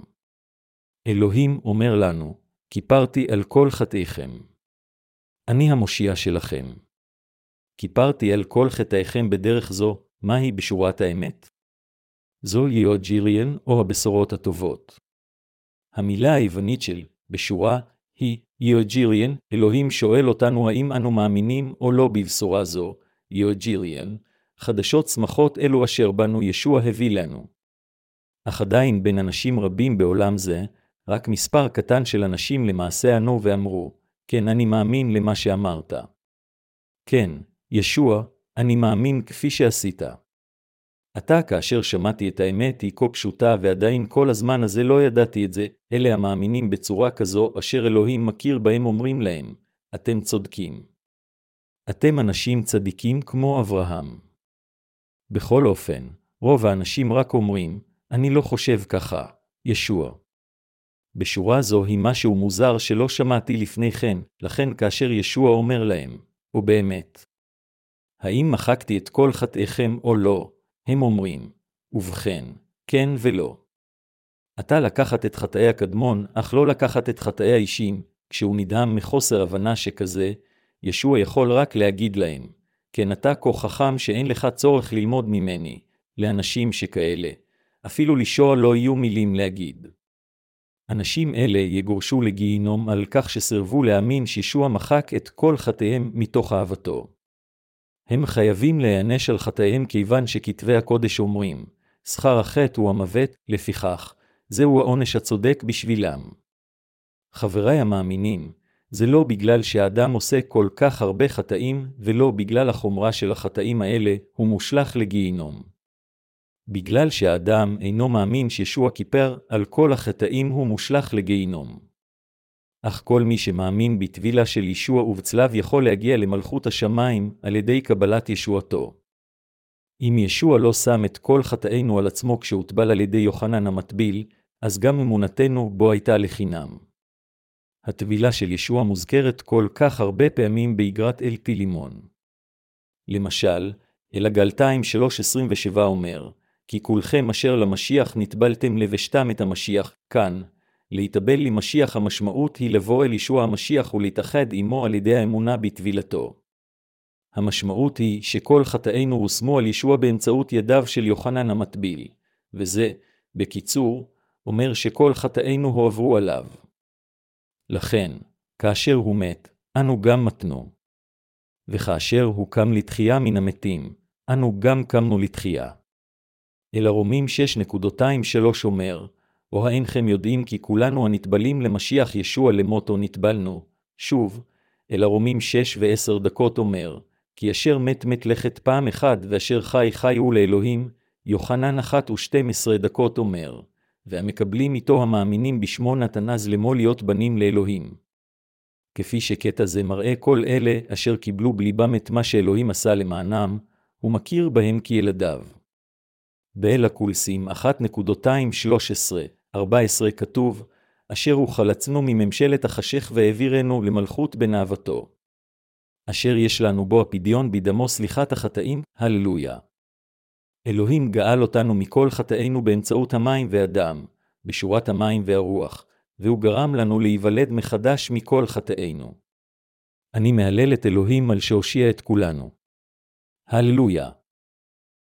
אלוהים אומר לנו, כיפרתי על כל חטאיכם. אני המושיע שלכם. כיפרתי על כל חטאיכם בדרך זו, מהי בשורת האמת? זו יאוג'יריאן או הבשורות הטובות. המילה היוונית של בשורה היא יאוג'יריאן. אלוהים שואל אותנו האם אנו מאמינים או לא בבשורה זו, יאוג'יריאן, חדשות שמחות אלו אשר בנו ישוע הביא לנו. אך עדיין בין אנשים רבים בעולם זה, רק מספר קטן של אנשים למעשה ענו ואמרו, כן, אני מאמין למה שאמרת. כן, ישוע, אני מאמין כפי שעשית. אתה כאשר שמעתי את האמת היא כה פשוטה ועדיין כל הזמן הזה לא ידעתי את זה, אלה המאמינים בצורה כזו אשר אלוהים מכיר בהם אומרים להם, אתם צודקים. אתם אנשים צדיקים כמו אברהם. בכל אופן, רוב האנשים רק אומרים, אני לא חושב ככה, ישוע. בשורה זו היא משהו מוזר שלא שמעתי לפני כן, לכן כאשר ישוע אומר להם, ובאמת, האם מחקתי את כל חטאיכם או לא? הם אומרים, ובכן, כן ולא. אתה לקחת את חטאי הקדמון, אך לא לקחת את חטאי האישים, כשהוא נדהם מחוסר הבנה שכזה, ישוע יכול רק להגיד להם, כן אתה כה חכם שאין לך צורך ללמוד ממני, לאנשים שכאלה, אפילו לשוע לא יהיו מילים להגיד. אנשים אלה יגורשו לגיהינום על כך שסרבו להאמין שישוע מחק את כל חטאיהם מתוך אהבתו. הם חייבים להיענש על חטאיהם כיוון שכתבי הקודש אומרים, שכר החטא הוא המוות, לפיכך, זהו העונש הצודק בשבילם. חבריי המאמינים, זה לא בגלל שהאדם עושה כל כך הרבה חטאים, ולא בגלל החומרה של החטאים האלה, הוא מושלך לגיהינום. בגלל שהאדם אינו מאמין שישוע כיפר על כל החטאים הוא מושלך לגיהינום. אך כל מי שמאמין בטבילה של ישוע ובצלב יכול להגיע למלכות השמיים על ידי קבלת ישועתו. אם ישוע לא שם את כל חטאינו על עצמו כשהוטבל על ידי יוחנן המטביל, אז גם אמונתנו בו הייתה לחינם. הטבילה של ישוע מוזכרת כל כך הרבה פעמים באגרת אל פילימון. למשל, אל הגלתיים שלוש עשרים ושבע אומר, כי כולכם אשר למשיח נטבלתם לבשתם את המשיח, כאן, להתאבל למשיח המשמעות היא לבוא אל ישוע המשיח ולהתאחד עמו על ידי האמונה בטבילתו. המשמעות היא שכל חטאינו הושמו על ישוע באמצעות ידיו של יוחנן המטביל, וזה, בקיצור, אומר שכל חטאינו הועברו עליו. לכן, כאשר הוא מת, אנו גם מתנו. וכאשר הוא קם לתחייה מן המתים, אנו גם קמנו לתחייה. אל הרומים שש שלוש אומר, או אינכם יודעים כי כולנו הנטבלים למשיח ישוע למותו נטבלנו, שוב, אל הרומים שש ועשר דקות אומר, כי אשר מת מת לכת פעם אחד ואשר חי חי הוא לאלוהים, יוחנן אחת ושתים עשרה דקות אומר, והמקבלים איתו המאמינים בשמו נתנז למו להיות בנים לאלוהים. כפי שקטע זה מראה כל אלה אשר קיבלו בליבם את מה שאלוהים עשה למענם, הוא מכיר בהם כילדיו. באל הקולסים אחת שלוש עשרה ארבע עשרה כתוב, אשר הוא חלצנו מממשלת החשך והעבירנו למלכות בנאוותו. אשר יש לנו בו הפדיון בדמו סליחת החטאים, הללויה. אלוהים גאל אותנו מכל חטאינו באמצעות המים והדם, בשורת המים והרוח, והוא גרם לנו להיוולד מחדש מכל חטאינו. אני מהלל את אלוהים על שהושיע את כולנו. הללויה.